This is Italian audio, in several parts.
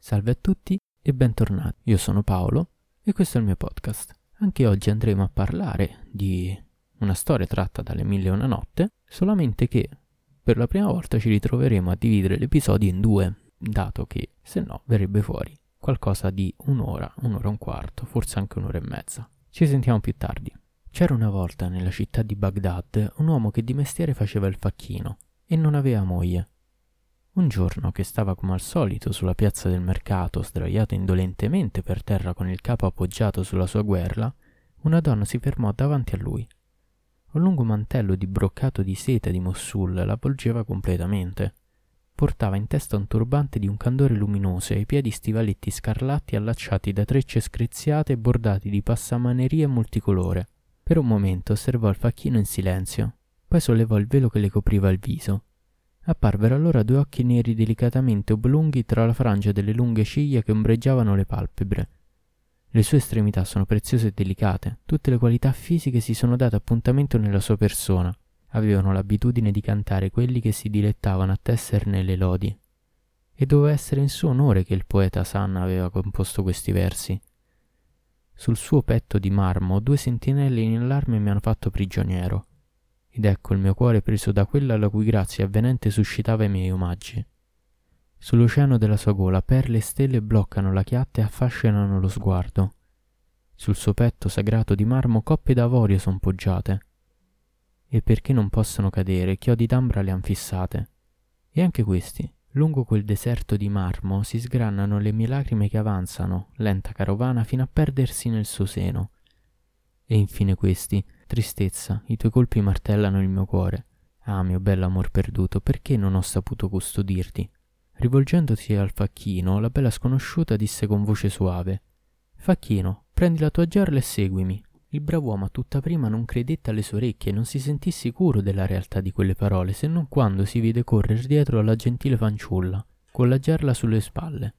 Salve a tutti e bentornati. Io sono Paolo e questo è il mio podcast. Anche oggi andremo a parlare di una storia tratta dalle Mille e una notte, solamente che per la prima volta ci ritroveremo a dividere l'episodio in due, dato che se no verrebbe fuori qualcosa di un'ora e un quarto, forse anche un'ora e mezza. Ci sentiamo più tardi. C'era una volta nella città di Baghdad un uomo che di mestiere faceva il facchino e non aveva moglie. Un giorno che stava come al solito sulla piazza del mercato, sdraiato indolentemente per terra con il capo appoggiato sulla sua guerla, una donna si fermò davanti a lui. Un lungo mantello di broccato di seta di Mossul la avvolgeva completamente. Portava in testa un turbante di un candore luminoso e ai piedi stivaletti scarlatti allacciati da trecce screziate e bordati di passamanerie multicolore. Per un momento osservò il facchino in silenzio, poi sollevò il velo che le copriva il viso. Apparvero allora due occhi neri delicatamente oblunghi tra la frangia delle lunghe ciglia che ombreggiavano le palpebre. Le sue estremità sono preziose e delicate, tutte le qualità fisiche si sono date appuntamento nella sua persona. Avevano l'abitudine di cantare quelli che si dilettavano a tesserne le lodi. E doveva essere in suo onore che il poeta Sanna aveva composto questi versi. Sul suo petto di marmo 2 sentinelle in allarme mi hanno fatto prigioniero. Ed ecco il mio cuore preso da quella la cui grazia avvenente suscitava i miei omaggi. Sull'oceano della sua gola perle e stelle bloccano la chiatta e affascinano lo sguardo. Sul suo petto sagrato di marmo coppe d'avorio son poggiate. E perché non possono cadere, chiodi d'ambra le han fissate. E anche questi, lungo quel deserto di marmo, si sgranano le mie lacrime che avanzano, lenta carovana, fino a perdersi nel suo seno. E infine questi, tristezza, i tuoi colpi martellano il mio cuore. Ah, mio bell'amor perduto, perché non ho saputo custodirti? Rivolgendosi al facchino, la bella sconosciuta disse con voce suave: Facchino, prendi la tua gerla e seguimi. Il brav'uomo a tutta prima non credette alle sue orecchie e non si sentì sicuro della realtà di quelle parole, se non quando si vide correre dietro alla gentile fanciulla, con la gerla sulle spalle.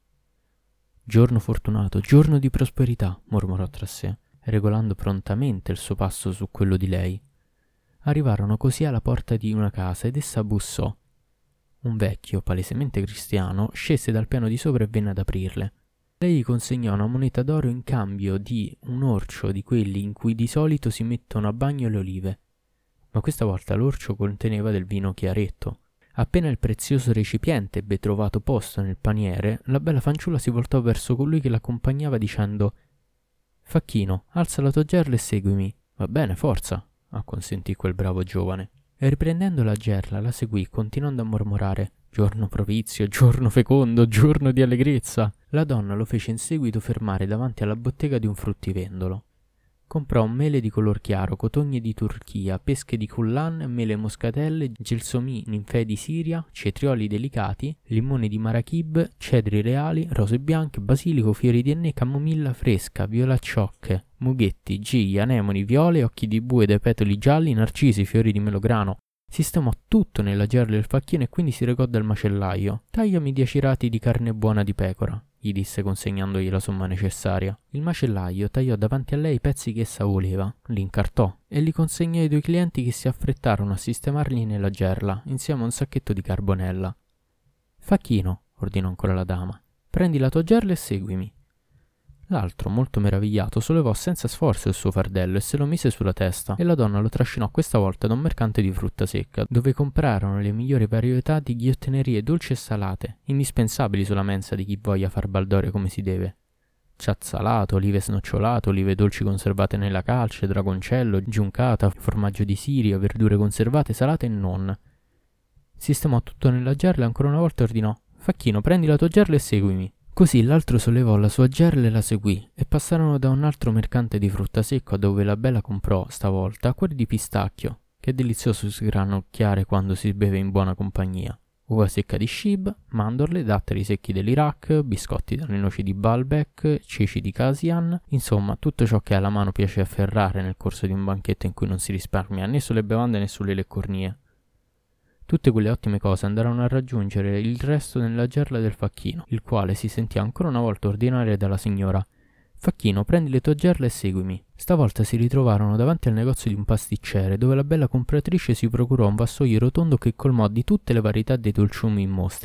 Giorno fortunato, giorno di prosperità, mormorò tra sé, regolando prontamente il suo passo su quello di lei. Arrivarono così alla porta di una casa ed essa bussò. Un vecchio, palesemente cristiano, scese dal piano di sopra e venne ad aprirle. Lei gli consegnò una moneta d'oro in cambio di un orcio di quelli in cui di solito si mettono a bagno le olive. Ma questa volta l'orcio conteneva del vino chiaretto. Appena il prezioso recipiente ebbe trovato posto nel paniere, la bella fanciulla si voltò verso colui che l'accompagnava dicendo: Facchino, alza la tua gerla e seguimi. Va bene, forza, acconsentì quel bravo giovane. E riprendendo la gerla la seguì, continuando a mormorare: Giorno propizio, giorno fecondo, giorno di allegrezza. La donna lo fece in seguito fermare davanti alla bottega di un fruttivendolo. Comprò mele di color chiaro, cotogne di Turchia, pesche di Cullan, mele moscatelle, gelsomì, ninfee di Siria, cetrioli delicati, limoni di Marachib, cedri reali, rose bianche, basilico, fiori di enne, camomilla fresca, violacciocche, mughetti, gigli, anemoni, viole, occhi di bue dai petali gialli, narcisi, fiori di melograno. Sistemò tutto nella gerla del facchino e quindi si recò dal macellaio. Tagliami 10 rati di carne buona di pecora, gli disse consegnandogli la somma necessaria. Il macellaio tagliò davanti a lei i pezzi che essa voleva, li incartò e li consegnò ai 2 clienti che si affrettarono a sistemarli nella gerla, insieme a un sacchetto di carbonella. Facchino, ordinò ancora la dama, prendi la tua gerla e seguimi. L'altro, molto meravigliato, sollevò senza sforzo il suo fardello e se lo mise sulla testa, e la donna lo trascinò questa volta da un mercante di frutta secca, dove comprarono le migliori varietà di ghiottenerie dolci e salate, indispensabili sulla mensa di chi voglia far baldoria come si deve. Ciazzalato, olive snocciolate, olive dolci conservate nella calce, dragoncello, giuncata, formaggio di Siria, verdure conservate, salate e non. Sistemò tutto nella gerla e ancora una volta ordinò: Facchino, prendi la tua gerla e seguimi. Così l'altro sollevò la sua gerla e la seguì, e passarono da un altro mercante di frutta secca dove la bella comprò, stavolta, quelli di pistacchio, che è delizioso sgranocchiare quando si beve in buona compagnia, uva secca di Shib, mandorle, datteri secchi dell'Iraq, biscotti dalle noci di Baalbek, ceci di Kasian, insomma tutto ciò che alla mano piace afferrare nel corso di un banchetto in cui non si risparmia né sulle bevande né sulle leccornie. Tutte quelle ottime cose andarono a raggiungere il resto nella gerla del facchino, il quale si sentì ancora una volta ordinare dalla signora: Facchino, prendi le tue gerle e seguimi. Stavolta si ritrovarono davanti al negozio di un pasticcere, dove la bella compratrice si procurò un vassoio rotondo che colmò di tutte le varietà dei dolciumi in mostra.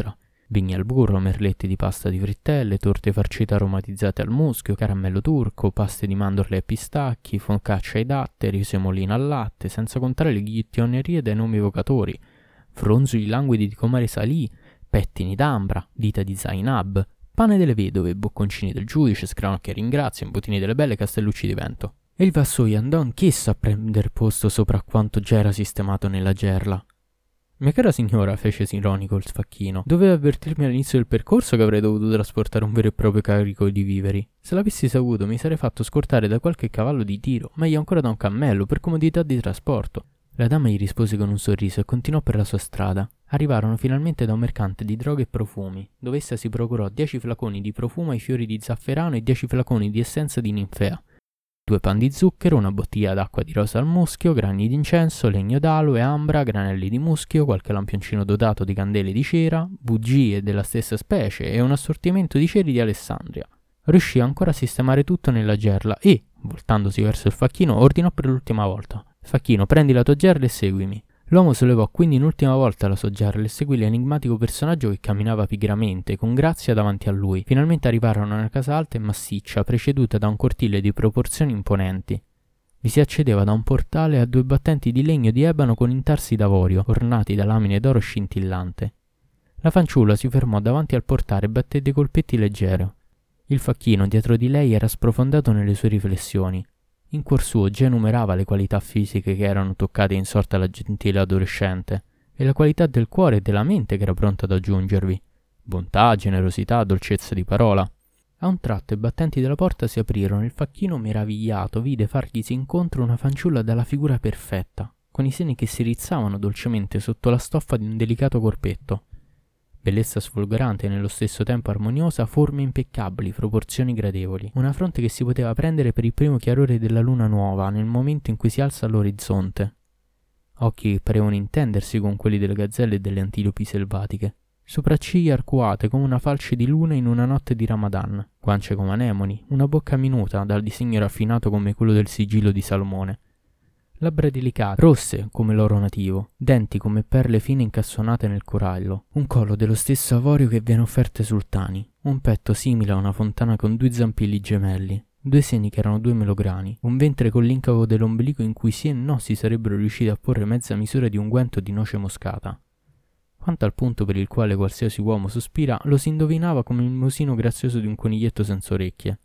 Bignè al burro, merletti di pasta di frittelle, torte farcite aromatizzate al muschio, caramello turco, paste di mandorle e pistacchi, focaccia ai datteri, semolina al latte, senza contare le ghigliottinerie dai nomi evocatori, fronzoli languidi di comare salì, pettini d'ambra, dita di Zainab, pane delle vedove, bocconcini del giudice, scranocchi e ringrazia, imputini delle belle, castellucci di vento. E il vassoio andò anch'esso a prender posto sopra quanto già era sistemato nella gerla. Mia cara signora, fece ironico il facchino, doveva avvertirmi all'inizio del percorso che avrei dovuto trasportare un vero e proprio carico di viveri. Se l'avessi saputo mi sarei fatto scortare da qualche cavallo di tiro, meglio ancora da un cammello, per comodità di trasporto. La dama gli rispose con un sorriso e continuò per la sua strada. Arrivarono finalmente da un mercante di droghe e profumi, dove essa si procurò 10 flaconi di profumo ai fiori di zafferano e 10 flaconi di essenza di ninfea. 2 pan di zucchero, una bottiglia d'acqua di rosa al muschio, grani di incenso, legno d'aloe, ambra, granelli di muschio, qualche lampioncino dotato di candele di cera, bugie della stessa specie e un assortimento di ceri di Alessandria. Riuscì ancora a sistemare tutto nella gerla e, voltandosi verso il facchino, ordinò per l'ultima volta: «Facchino, prendi la tua gerla e seguimi». L'uomo sollevò quindi un'ultima volta la sua gerla e seguì l'enigmatico personaggio che camminava pigramente, con grazia davanti a lui. Finalmente arrivarono a una casa alta e massiccia, preceduta da un cortile di proporzioni imponenti. Vi si accedeva da un portale a 2 battenti di legno di ebano con intarsi d'avorio, ornati da lamine d'oro scintillante. La fanciulla si fermò davanti al portale e batté dei colpetti leggeri. Il facchino dietro di lei era sprofondato nelle sue riflessioni. In cuor suo già enumerava le qualità fisiche che erano toccate in sorte alla gentile adolescente e la qualità del cuore e della mente che era pronta ad aggiungervi: bontà, generosità, dolcezza di parola. A un tratto i battenti della porta si aprirono e il facchino meravigliato vide farglisi incontro una fanciulla dalla figura perfetta, con i seni che si rizzavano dolcemente sotto la stoffa di un delicato corpetto. Bellezza sfolgorante e nello stesso tempo armoniosa, forme impeccabili, proporzioni gradevoli. Una fronte che si poteva prendere per il primo chiarore della luna nuova, nel momento in cui si alza all'orizzonte. Occhi che parevano intendersi con quelli delle gazzelle e delle antilopi selvatiche. Sopracciglia arcuate come una falce di luna in una notte di Ramadan. Guance come anemoni, una bocca minuta, dal disegno raffinato come quello del sigillo di Salomone. Labbra delicate, rosse come l'oro nativo, denti come perle fine incassonate nel corallo, un collo dello stesso avorio che viene offerto ai sultani, un petto simile a una fontana con 2 zampilli gemelli, 2 seni che erano 2 melograni, un ventre con l'incavo dell'ombelico in cui sì e no si sarebbero riusciti a porre mezza misura di unguento di noce moscata. Quanto al punto per il quale qualsiasi uomo sospira, lo si indovinava come il musino grazioso di un coniglietto senza orecchie.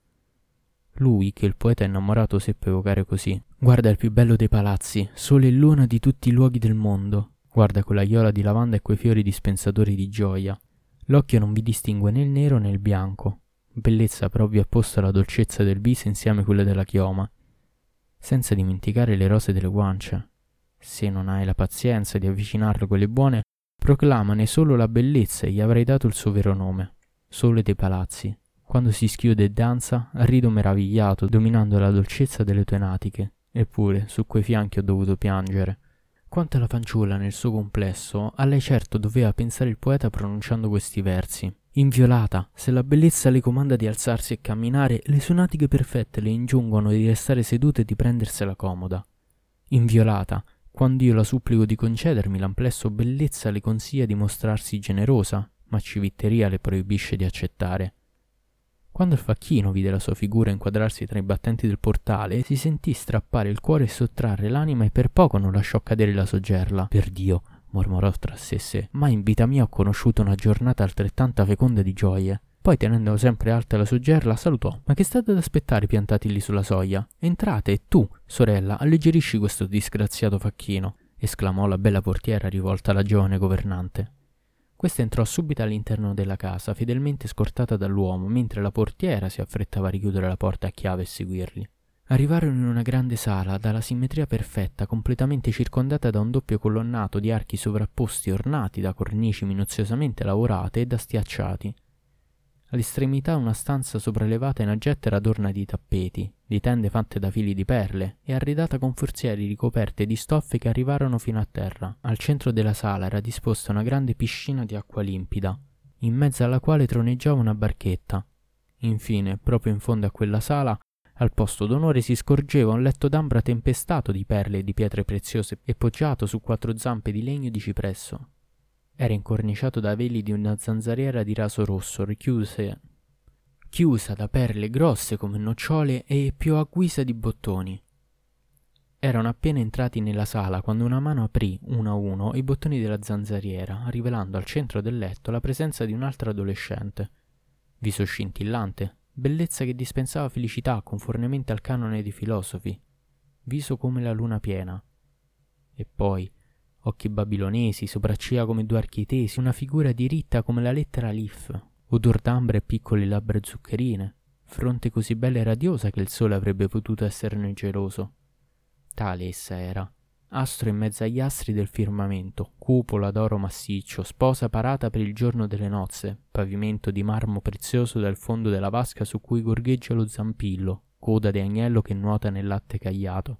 Lui, che il poeta innamorato seppe evocare così: guarda il più bello dei palazzi, sole e luna di tutti i luoghi del mondo. Guarda quell'aiola di lavanda e quei fiori dispensatori di gioia. L'occhio non vi distingue né il nero né il bianco. Bellezza proprio opposta alla dolcezza del viso insieme a quella della chioma. Senza dimenticare le rose delle guance. Se non hai la pazienza di avvicinarle quelle buone, proclamane solo la bellezza e gli avrai dato il suo vero nome. Sole dei palazzi. Quando si schiude e danza, rido meravigliato, dominando la dolcezza delle tue natiche. Eppure, su quei fianchi ho dovuto piangere. Quanto alla fanciulla nel suo complesso, a lei certo doveva pensare il poeta pronunciando questi versi. Inviolata, se la bellezza le comanda di alzarsi e camminare, le sue natiche perfette le ingiungono di restare sedute e di prendersela comoda. Inviolata, quando io la supplico di concedermi l'amplesso bellezza le consiglia di mostrarsi generosa, ma civitteria le proibisce di accettare. Quando il facchino vide la sua figura inquadrarsi tra i battenti del portale, si sentì strappare il cuore e sottrarre l'anima e per poco non lasciò cadere la sua gerla. «Per Dio», mormorò tra sé e sé, «mai in vita mia ho conosciuto una giornata altrettanta feconda di gioie». Poi, tenendo sempre alta la sua gerla, salutò. «Ma che state ad aspettare piantati lì sulla soglia? Entrate e tu, sorella, alleggerisci questo disgraziato facchino», esclamò la bella portiera rivolta alla giovane governante. Questa entrò subito all'interno della casa, fedelmente scortata dall'uomo, mentre la portiera si affrettava a richiudere la porta a chiave e seguirli. Arrivarono in una grande sala, dalla simmetria perfetta, completamente circondata da un doppio colonnato di archi sovrapposti ornati da cornici minuziosamente lavorate e da stiacciati. All'estremità una stanza sopraelevata in aggetto era adorna di tappeti, di tende fatte da fili di perle e arredata con forzieri ricoperte di stoffe che arrivarono fino a terra. Al centro della sala era disposta una grande piscina di acqua limpida, in mezzo alla quale troneggiava una barchetta. Infine, proprio in fondo a quella sala, al posto d'onore si scorgeva un letto d'ambra tempestato di perle e di pietre preziose e poggiato su 4 zampe di legno di cipresso. Era incorniciato da veli di una zanzariera di raso rosso, chiusa da perle grosse come nocciole e più a guisa di bottoni. Erano appena entrati nella sala quando una mano aprì, uno a uno, i bottoni della zanzariera, rivelando al centro del letto la presenza di un'altra adolescente. Viso scintillante, bellezza che dispensava felicità conformemente al canone dei filosofi, viso come la luna piena. E poi, occhi babilonesi, sopracciglia come due archi tesi, una figura diritta come la lettera Lif, odor d'ambra e piccole labbra zuccherine, fronte così bella e radiosa che il sole avrebbe potuto esserne geloso. Tale essa era, astro in mezzo agli astri del firmamento, cupola d'oro massiccio, sposa parata per il giorno delle nozze, pavimento di marmo prezioso dal fondo della vasca su cui gorgheggia lo zampillo, coda di agnello che nuota nel latte cagliato.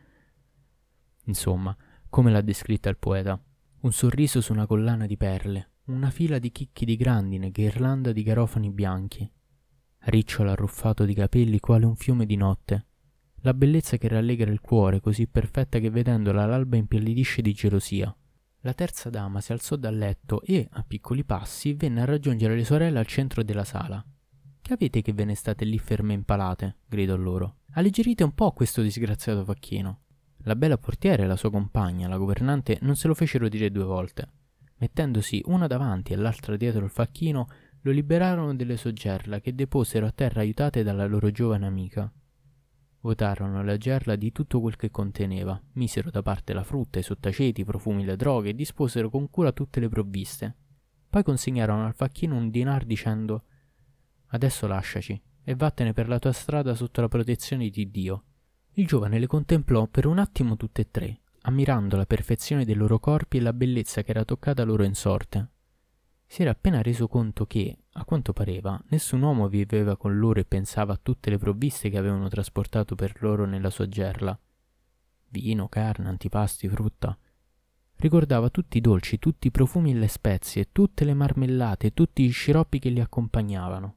Insomma, come l'ha descritta il poeta, un sorriso su una collana di perle, una fila di chicchi di grandine, ghirlanda di garofani bianchi, ricciolo arruffato di capelli quale un fiume di notte, la bellezza che rallegra il cuore, così perfetta che vedendola l'alba impallidisce di gelosia. La terza dama si alzò dal letto e, a piccoli passi, venne a raggiungere le sorelle al centro della sala. «Che avete che ve ne state lì ferme impalate?» gridò loro. «Alleggerite un po' questo disgraziato facchino». La bella portiera e la sua compagna, la governante, non se lo fecero dire due volte. Mettendosi una davanti e l'altra dietro il facchino, lo liberarono delle soggerla che deposero a terra aiutate dalla loro giovane amica. Votarono la gerla di tutto quel che conteneva, misero da parte la frutta, i sottaceti, i profumi, le droghe e disposero con cura tutte le provviste. Poi consegnarono al facchino un dinar dicendo: «Adesso lasciaci e vattene per la tua strada sotto la protezione di Dio». Il giovane le contemplò per un attimo tutte e tre, ammirando la perfezione dei loro corpi e la bellezza che era toccata loro in sorte. Si era appena reso conto che, a quanto pareva, nessun uomo viveva con loro e pensava a tutte le provviste che avevano trasportato per loro nella sua gerla. Vino, carne, antipasti, frutta. Ricordava tutti i dolci, tutti i profumi e le spezie, tutte le marmellate, tutti gli sciroppi che li accompagnavano.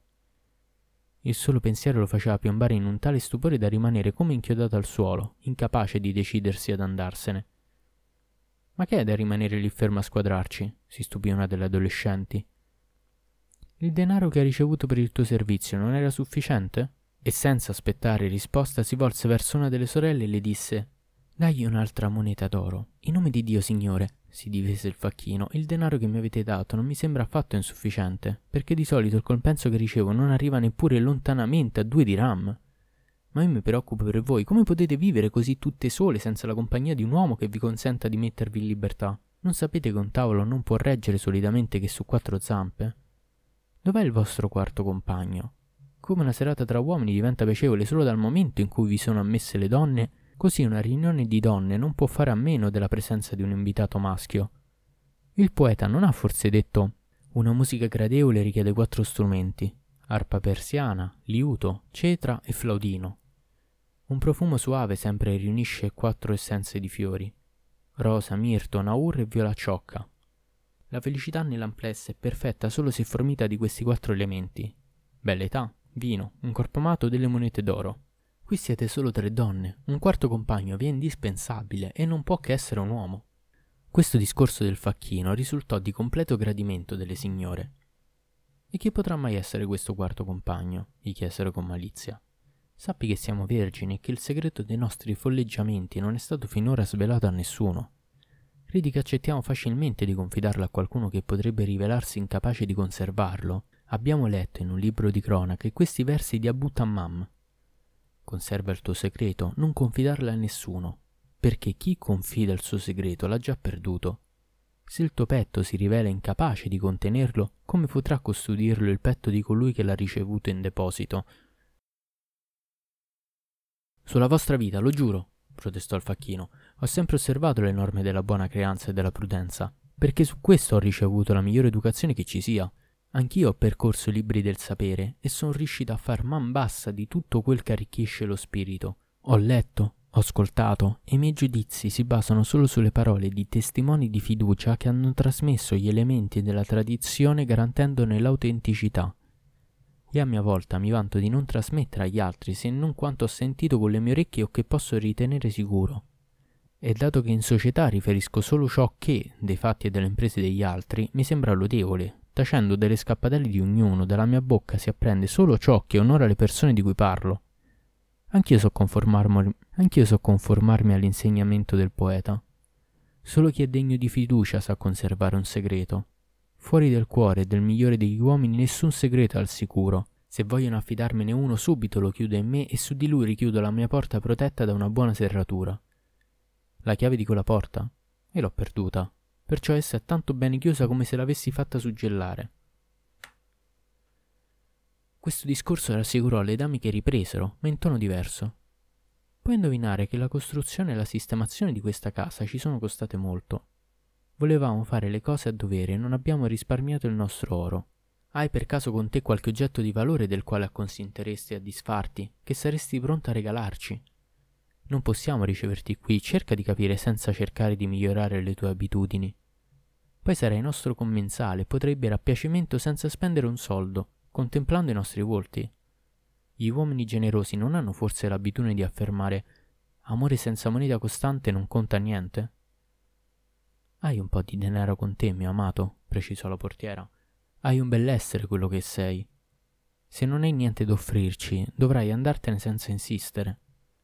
Il solo pensiero lo faceva piombare in un tale stupore da rimanere come inchiodato al suolo, incapace di decidersi ad andarsene. «Ma che è da rimanere lì fermo a squadrarci?» si stupì una delle adolescenti. «Il denaro che hai ricevuto per il tuo servizio non era sufficiente?» E senza aspettare risposta si volse verso una delle sorelle e le disse: «Dagli un'altra moneta d'oro. In nome di Dio, signore», si difese il facchino, «il denaro che mi avete dato non mi sembra affatto insufficiente, perché di solito il compenso che ricevo non arriva neppure lontanamente a 2 dirham. Ma io mi preoccupo per voi. Come potete vivere così tutte sole senza la compagnia di un uomo che vi consenta di mettervi in libertà? Non sapete che un tavolo non può reggere solidamente che su 4 zampe? Dov'è il vostro quarto compagno? Come una serata tra uomini diventa piacevole solo dal momento in cui vi sono ammesse le donne, così una riunione di donne non può fare a meno della presenza di un invitato maschio. Il poeta non ha forse detto: una musica gradevole richiede 4 strumenti, arpa persiana, liuto, cetra e flautino. Un profumo suave sempre riunisce 4 essenze di fiori: rosa, mirto, naur e violacciocca. La felicità nell'amplessa è perfetta solo se fornita di questi 4 elementi: bella età, vino, un corpo amato, delle monete d'oro. Qui siete solo 3 donne, un quarto compagno vi è indispensabile e non può che essere un uomo. Questo discorso del facchino risultò di completo gradimento delle signore. E chi potrà mai essere questo quarto compagno? Gli chiesero con malizia. Sappi che siamo vergini e che il segreto dei nostri folleggiamenti non è stato finora svelato a nessuno. Credi che accettiamo facilmente di confidarlo a qualcuno che potrebbe rivelarsi incapace di conservarlo? Abbiamo letto in un libro di cronache questi versi di Abu Tammam: conserva il tuo segreto, non confidarlo a nessuno, perché chi confida il suo segreto l'ha già perduto. Se il tuo petto si rivela incapace di contenerlo, come potrà custodirlo il petto di colui che l'ha ricevuto in deposito? Sulla vostra vita, lo giuro, protestò il facchino, ho sempre osservato le norme della buona creanza e della prudenza, perché su questo ho ricevuto la migliore educazione che ci sia. Anch'io ho percorso i libri del sapere e sono riuscito a far man bassa di tutto quel che arricchisce lo spirito. Ho letto, ho ascoltato e i miei giudizi si basano solo sulle parole di testimoni di fiducia che hanno trasmesso gli elementi della tradizione garantendone l'autenticità. E a mia volta mi vanto di non trasmettere agli altri se non quanto ho sentito con le mie orecchie o che posso ritenere sicuro. e dato che in società riferisco solo ciò che, dei fatti e delle imprese degli altri, mi sembra lodevole, tacendo delle scappatelle di ognuno, dalla mia bocca si apprende solo ciò che onora le persone di cui parlo. Anch'io so conformarmi all'insegnamento del poeta. Solo chi è degno di fiducia sa conservare un segreto. Fuori del cuore del migliore degli uomini nessun segreto è al sicuro. Se vogliono affidarmene uno subito lo chiudo in me e su di lui richiudo la mia porta protetta da una buona serratura. La chiave di quella porta? E l'ho perduta, perciò essa è tanto bene chiusa come se l'avessi fatta suggellare. Questo discorso rassicurò le dame che ripresero, ma in tono diverso. Puoi indovinare che la costruzione e la sistemazione di questa casa ci sono costate molto. Volevamo fare le cose a dovere e non abbiamo risparmiato il nostro oro. Hai per caso con te qualche oggetto di valore del quale acconsenteresti a disfarti, che saresti pronto a regalarci? Non possiamo riceverti qui, cerca di capire senza cercare di migliorare le tue abitudini. Poi sarai nostro commensale e potrai bere a piacimento senza spendere un soldo, contemplando i nostri volti. Gli uomini generosi non hanno forse l'abitudine di affermare «amore senza moneta costante non conta niente»? Hai un po' di denaro con te, mio amato, precisò la portiera. Hai un bell'essere quello che sei. Se non hai niente da offrirci, dovrai andartene senza insistere.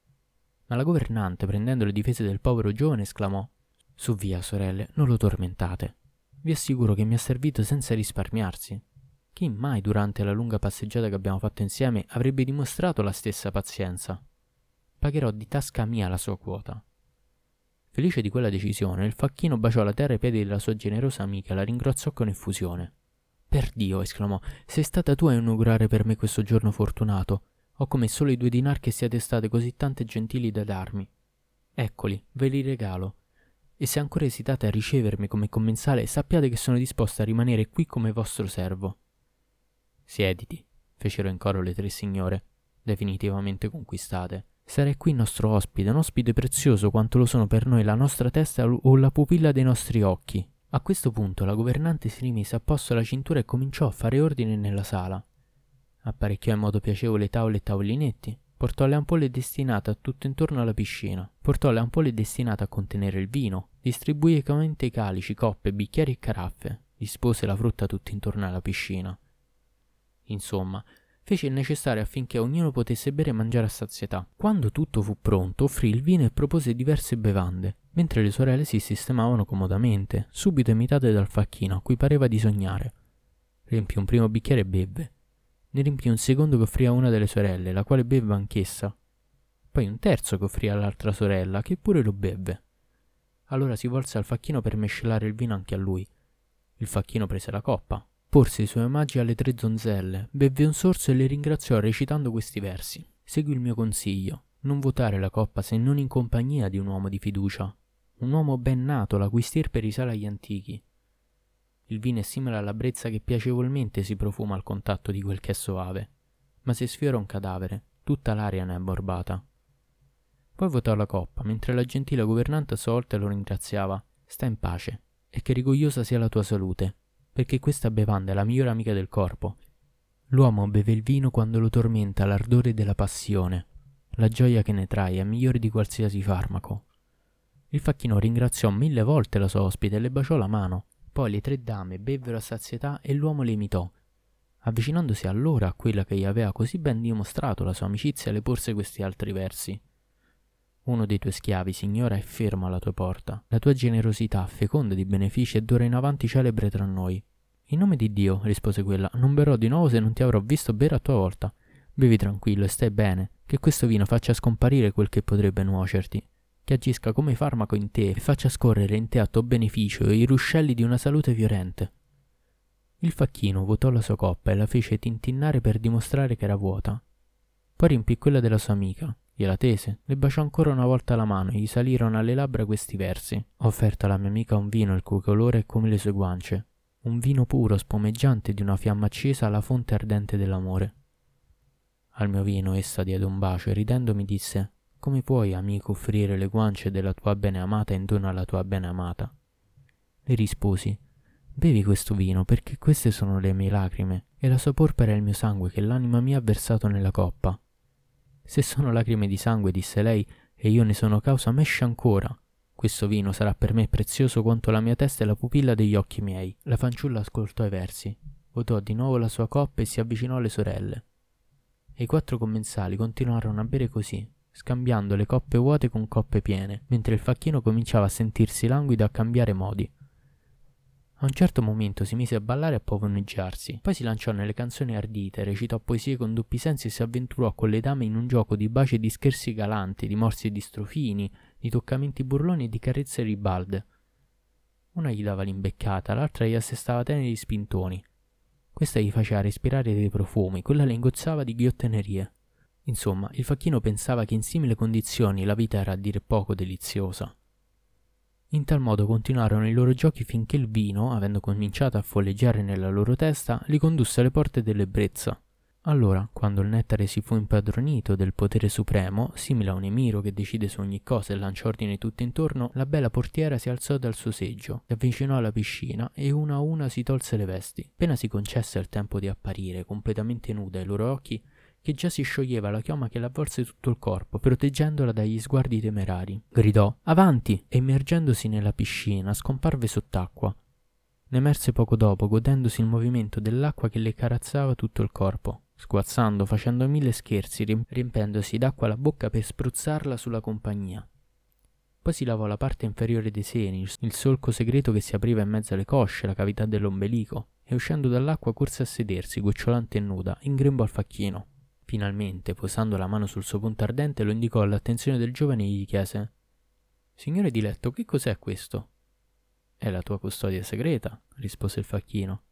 Ma la governante, prendendo le difese del povero giovane, esclamò: «Su via, sorelle, non lo tormentate. Vi assicuro che mi ha servito senza risparmiarsi. Chi mai durante la lunga passeggiata che abbiamo fatto insieme avrebbe dimostrato la stessa pazienza? Pagherò di tasca mia la sua quota». Felice di quella decisione, il facchino baciò la terra ai piedi della sua generosa amica e la ringraziò con effusione. «Per Dio», esclamò, «sei stata tu a inaugurare per me questo giorno fortunato. Ho come solo i 2 dinar che siete state così tante gentili da darmi. Eccoli, ve li regalo. E se ancora esitate a ricevermi come commensale, sappiate che sono disposta a rimanere qui come vostro servo». «Siediti», fecero in coro le 3 signore, definitivamente conquistate. «Sarai qui nostro ospite, un ospite prezioso quanto lo sono per noi la nostra testa o la pupilla dei nostri occhi». A questo punto la governante si rimise a posto la cintura e cominciò a fare ordine nella sala. Apparecchiò in modo piacevole tavole e tavolinetti, portò le ampolle destinate a tutto intorno alla piscina, portò le ampolle destinate a contenere il vino, distribuì equamente i calici, coppe, bicchieri e caraffe, dispose la frutta tutto intorno alla piscina. Insomma, fece il necessario affinché ognuno potesse bere e mangiare a sazietà. Quando tutto fu pronto, offrì il vino e propose diverse bevande, mentre le sorelle si sistemavano comodamente, subito imitate dal facchino, a cui pareva di sognare. Riempì un primo bicchiere e bevve. Ne riempì un secondo che offrì a una delle sorelle, la quale bevve anch'essa. Poi un terzo che offrì all'altra sorella, che pure lo bevve. Allora si volse al facchino per mescelare il vino anche a lui. Il facchino prese la coppa, porse i suoi omaggi alle 3 donzelle, bevve un sorso e le ringraziò recitando questi versi: «Segui il mio consiglio, non votare la coppa se non in compagnia di un uomo di fiducia, un uomo ben nato, la cui stirpe risale agli antichi. Il vino è simile alla brezza che piacevolmente si profuma al contatto di quel che è soave, ma se sfiora un cadavere, tutta l'aria ne è ammorbata». Poi votò la coppa, mentre la gentile governante a sua volta lo ringraziava: «Sta in pace, e che rigogliosa sia la tua salute, perché questa bevanda è la migliore amica del corpo. L'uomo beve il vino quando lo tormenta l'ardore della passione. La gioia che ne trae è migliore di qualsiasi farmaco». Il facchino ringraziò 1000 volte la sua ospite e le baciò la mano. Poi le 3 dame bevvero a sazietà e l'uomo le imitò. Avvicinandosi allora a quella che gli aveva così ben dimostrato la sua amicizia, le porse questi altri versi: «Uno dei tuoi schiavi, signora, è fermo alla tua porta. La tua generosità, feconda di benefici, è d'ora in avanti celebre tra noi». «In nome di Dio», rispose quella, «non berrò di nuovo se non ti avrò visto bere a tua volta. Bevi tranquillo e stai bene, che questo vino faccia scomparire quel che potrebbe nuocerti, che agisca come farmaco in te e faccia scorrere in te a tuo beneficio i ruscelli di una salute fiorente». Il facchino vuotò la sua coppa e la fece tintinnare per dimostrare che era vuota. Poi riempì quella della sua amica, gliela tese, le baciò ancora una volta la mano e gli salirono alle labbra questi versi: «Ho offerto alla mia amica un vino il cui colore è come le sue guance, un vino puro, spumeggiante di una fiamma accesa alla fonte ardente dell'amore». Al mio vino essa diede un bacio e ridendo mi disse: «Come puoi, amico, offrire le guance della tua beneamata in dono alla tua beneamata?» Le risposi: «Bevi questo vino, perché queste sono le mie lacrime, e la sua porpora è il mio sangue che l'anima mia ha versato nella coppa». «Se sono lacrime di sangue», disse lei, «e io ne sono causa, m'esce ancora. Questo vino sarà per me prezioso quanto la mia testa e la pupilla degli occhi miei. La fanciulla ascoltò i versi, vuotò di nuovo la sua coppa e si avvicinò alle sorelle. E i 4 commensali continuarono a bere così, scambiando le coppe vuote con coppe piene, mentre il facchino cominciava a sentirsi languido e a cambiare modi. A un certo momento si mise a ballare e a pavoneggiarsi, poi si lanciò nelle canzoni ardite, recitò poesie con doppi sensi e si avventurò con le dame in un gioco di baci e di scherzi galanti, di morsi e di strofini, di toccamenti burloni e di carezze ribalde. Una gli dava l'imbeccata, l'altra gli assestava teneri spintoni. Questa gli faceva respirare dei profumi, quella le ingozzava di ghiottenerie. Insomma, il facchino pensava che in simili condizioni la vita era a dir poco deliziosa. In tal modo continuarono i loro giochi finché il vino, avendo cominciato a folleggiare nella loro testa, li condusse alle porte dell'ebbrezza. Allora, quando il nettare si fu impadronito del potere supremo, simile a un emiro che decide su ogni cosa e lancia ordine tutto intorno, la bella portiera si alzò dal suo seggio, si avvicinò alla piscina e una a una si tolse le vesti. Appena si concesse il tempo di apparire, completamente nuda ai loro occhi, che già si scioglieva la chioma che le avvolse tutto il corpo, proteggendola dagli sguardi temerari. Gridò «Avanti!» e immergendosi nella piscina scomparve sott'acqua. Ne emerse poco dopo, godendosi il movimento dell'acqua che le carazzava tutto il corpo, sguazzando, facendo 1000 scherzi, riempendosi d'acqua la bocca per spruzzarla sulla compagnia. Poi si lavò la parte inferiore dei seni, il solco segreto che si apriva in mezzo alle cosce, la cavità dell'ombelico, e uscendo dall'acqua corse a sedersi, gocciolante e nuda, in grembo al facchino. Finalmente, posando la mano sul suo punto ardente, lo indicò all'attenzione del giovane e gli chiese: «Signore diletto, che cos'è questo?» «È la tua custodia segreta», rispose il facchino.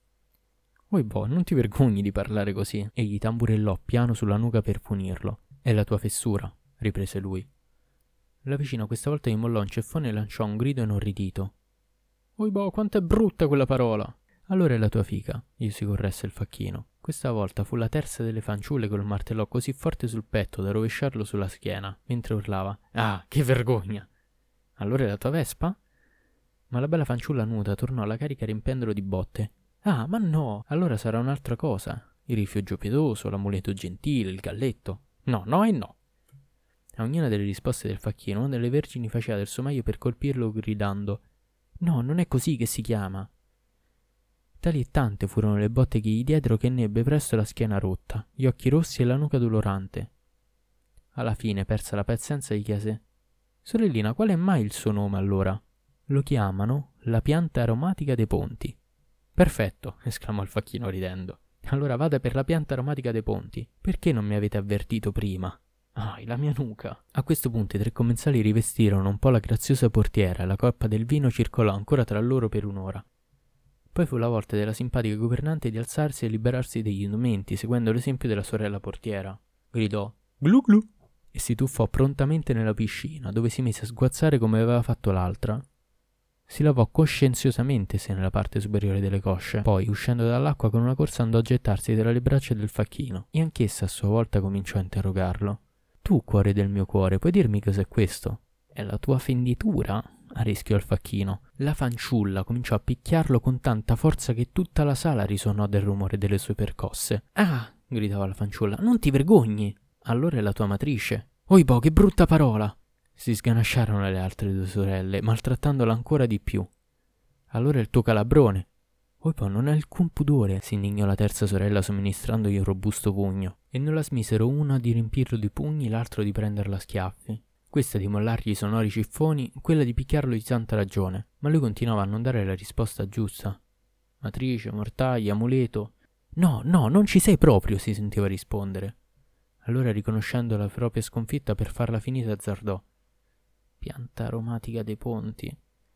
«Oi boh, non ti vergogni di parlare così», e gli tamburellò piano sulla nuca per punirlo. «È la tua fessura», riprese lui. La vicina questa volta gli mollò un ceffone e lanciò un grido inorridito. «Oi boh, quanto è brutta quella parola!» «Allora è la tua fica», gli si corresse il facchino. Questa volta fu la terza delle fanciulle che lo martellò così forte sul petto da rovesciarlo sulla schiena, mentre urlava: «Ah, che vergogna!» «Allora è la tua vespa?» Ma la bella fanciulla nuda tornò alla carica riempendolo di botte. «Ah, ma no! Allora sarà un'altra cosa. Il rifugio pietoso, l'amuleto gentile, il galletto. No, no e no!» A ognuna delle risposte del facchino, una delle vergini faceva del suo meglio per colpirlo gridando: «No, non è così che si chiama!» Tali e tante furono le botte che gli diedero che ne ebbe presto la schiena rotta, gli occhi rossi e la nuca dolorante. Alla fine, persa la pazienza, gli chiese: «Sorellina, qual è mai il suo nome allora?» «Lo chiamano la pianta aromatica dei ponti». «Perfetto», esclamò il facchino ridendo. «Allora vada per la pianta aromatica dei ponti. Perché non mi avete avvertito prima?» «Ah, la mia nuca!» A questo punto i 3 commensali rivestirono un po' la graziosa portiera e la coppa del vino circolò ancora tra loro per un'ora. Poi fu la volta della simpatica governante di alzarsi e liberarsi degli indumenti, seguendo l'esempio della sorella portiera. Gridò «Glu glu!» e si tuffò prontamente nella piscina, dove si mise a sguazzare come aveva fatto l'altra. Si lavò coscienziosamente se nella parte superiore delle cosce, poi, uscendo dall'acqua con una corsa, andò a gettarsi tra le braccia del facchino, e anch'essa a sua volta cominciò a interrogarlo. «Tu, cuore del mio cuore, puoi dirmi cos'è questo?» «È la tua fenditura?» arrischiò il facchino. La fanciulla cominciò a picchiarlo con tanta forza che tutta la sala risuonò del rumore delle sue percosse. «Ah!» gridava la fanciulla. «Non ti vergogni!» «Allora è la tua matrice!» «Oibò, che brutta parola!» Si sganasciarono le altre 2 sorelle, maltrattandola ancora di più. «Allora è il tuo calabrone!» «Oibò, non hai alcun pudore!» si indignò la terza sorella somministrandogli un robusto pugno, e non la smisero una di riempirlo di pugni, l'altro di prenderla a schiaffi. Questa di mollargli i sonori ciffoni, quella di picchiarlo di tanta ragione, ma lui continuava a non dare la risposta giusta. «Matrice, mortaia, amuleto...» «No, no, non ci sei proprio!» si sentiva rispondere. Allora, riconoscendo la propria sconfitta, per farla finita azzardò: «Pianta aromatica dei ponti...»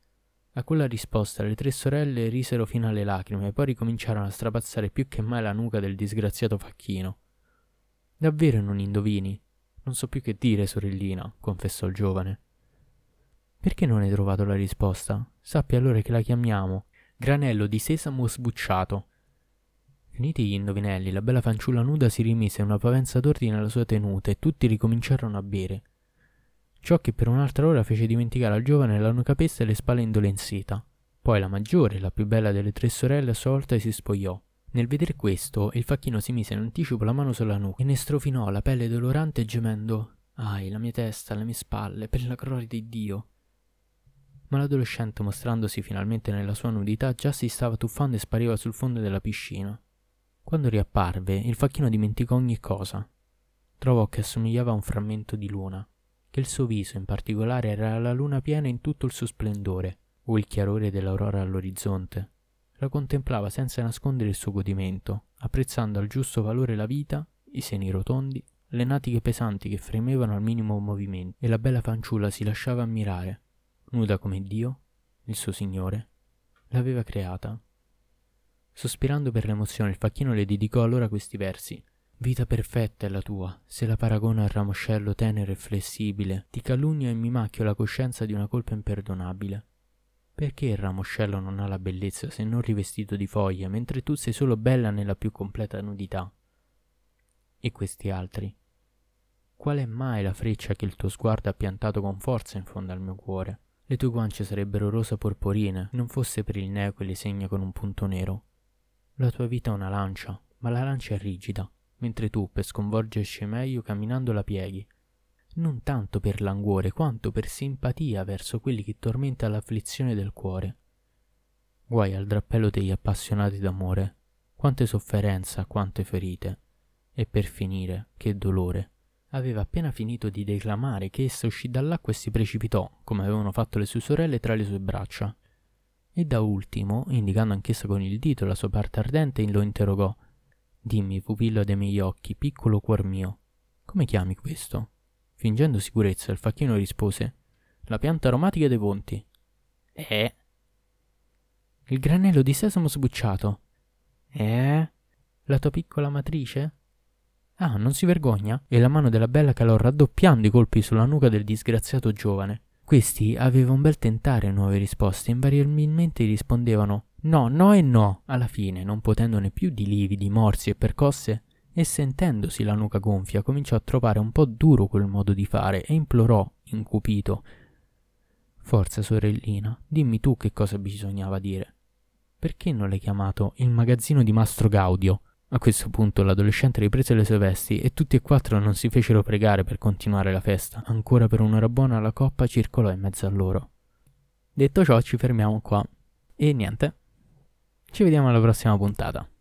A quella risposta le 3 sorelle risero fino alle lacrime e poi ricominciarono a strapazzare più che mai la nuca del disgraziato facchino. «Davvero non indovini?» «Non so più che dire, sorellina», confessò il giovane. «Perché non hai trovato la risposta? Sappi allora che la chiamiamo granello di sesamo sbucciato». Finiti gli indovinelli, la bella fanciulla nuda si rimise una pavenza d'ordine alla sua tenuta e tutti ricominciarono a bere. Ciò che per un'altra ora fece dimenticare al giovane la nuca pesta e le spalle indolenzita. Poi la maggiore, la più bella delle 3 sorelle, a sua volta si spogliò. Nel vedere questo, il facchino si mise in anticipo la mano sulla nuca e ne strofinò la pelle dolorante gemendo: «Ahi, la mia testa, le mie spalle, per la gloria di Dio!» Ma l'adolescente, mostrandosi finalmente nella sua nudità, già si stava tuffando e spariva sul fondo della piscina. Quando riapparve, il facchino dimenticò ogni cosa. Trovò che assomigliava a un frammento di luna, che il suo viso in particolare era la luna piena in tutto il suo splendore, o il chiarore dell'aurora all'orizzonte. La contemplava senza nascondere il suo godimento, apprezzando al giusto valore la vita, i seni rotondi, le natiche pesanti che fremevano al minimo movimento, e la bella fanciulla si lasciava ammirare, nuda come Dio, il suo Signore, l'aveva creata. Sospirando per l'emozione, il facchino le dedicò allora questi versi. Vita perfetta è la tua, se la paragono al ramoscello tenero e flessibile, ti calunnia e mi macchio la coscienza di una colpa imperdonabile. Perché il ramoscello non ha la bellezza se non rivestito di foglie, mentre tu sei solo bella nella più completa nudità? E questi altri? Qual è mai la freccia che il tuo sguardo ha piantato con forza in fondo al mio cuore? Le tue guance sarebbero rosa porporine, non fosse per il neo che le segna con un punto nero. La tua vita è una lancia, ma la lancia è rigida, mentre tu, per sconvolgerci meglio, camminando la pieghi. Non tanto per languore, quanto per simpatia verso quelli che tormenta l'afflizione del cuore. Guai al drappello degli appassionati d'amore, quante sofferenza, quante ferite. E per finire, che dolore. Aveva appena finito di declamare che essa uscì dall'acqua e si precipitò, come avevano fatto le sue sorelle, tra le sue braccia. E da ultimo, indicando anch'essa con il dito la sua parte ardente, lo interrogò. Dimmi, pupillo dei miei occhi, piccolo cuor mio, come chiami questo? Fingendo sicurezza, il facchino rispose: la pianta aromatica dei ponti. Il granello di sesamo sbucciato. La tua piccola matrice? Ah, non si vergogna? E la mano della bella calò raddoppiando i colpi sulla nuca del disgraziato giovane. Questi aveva un bel tentare nuove risposte, invariabilmente rispondevano no, no e no. Alla fine, non potendone più di lividi, morsi e percosse, e sentendosi la nuca gonfia, cominciò a trovare un po' duro quel modo di fare e implorò, incupito: forza, sorellina, dimmi tu che cosa bisognava dire. Perché non l'hai chiamato il magazzino di Mastro Gaudio? A questo punto l'adolescente riprese le sue vesti e tutti e quattro non si fecero pregare per continuare la festa. Ancora per un'ora buona la coppa circolò in mezzo a loro. Detto ciò, ci fermiamo qua. E niente, ci vediamo alla prossima puntata.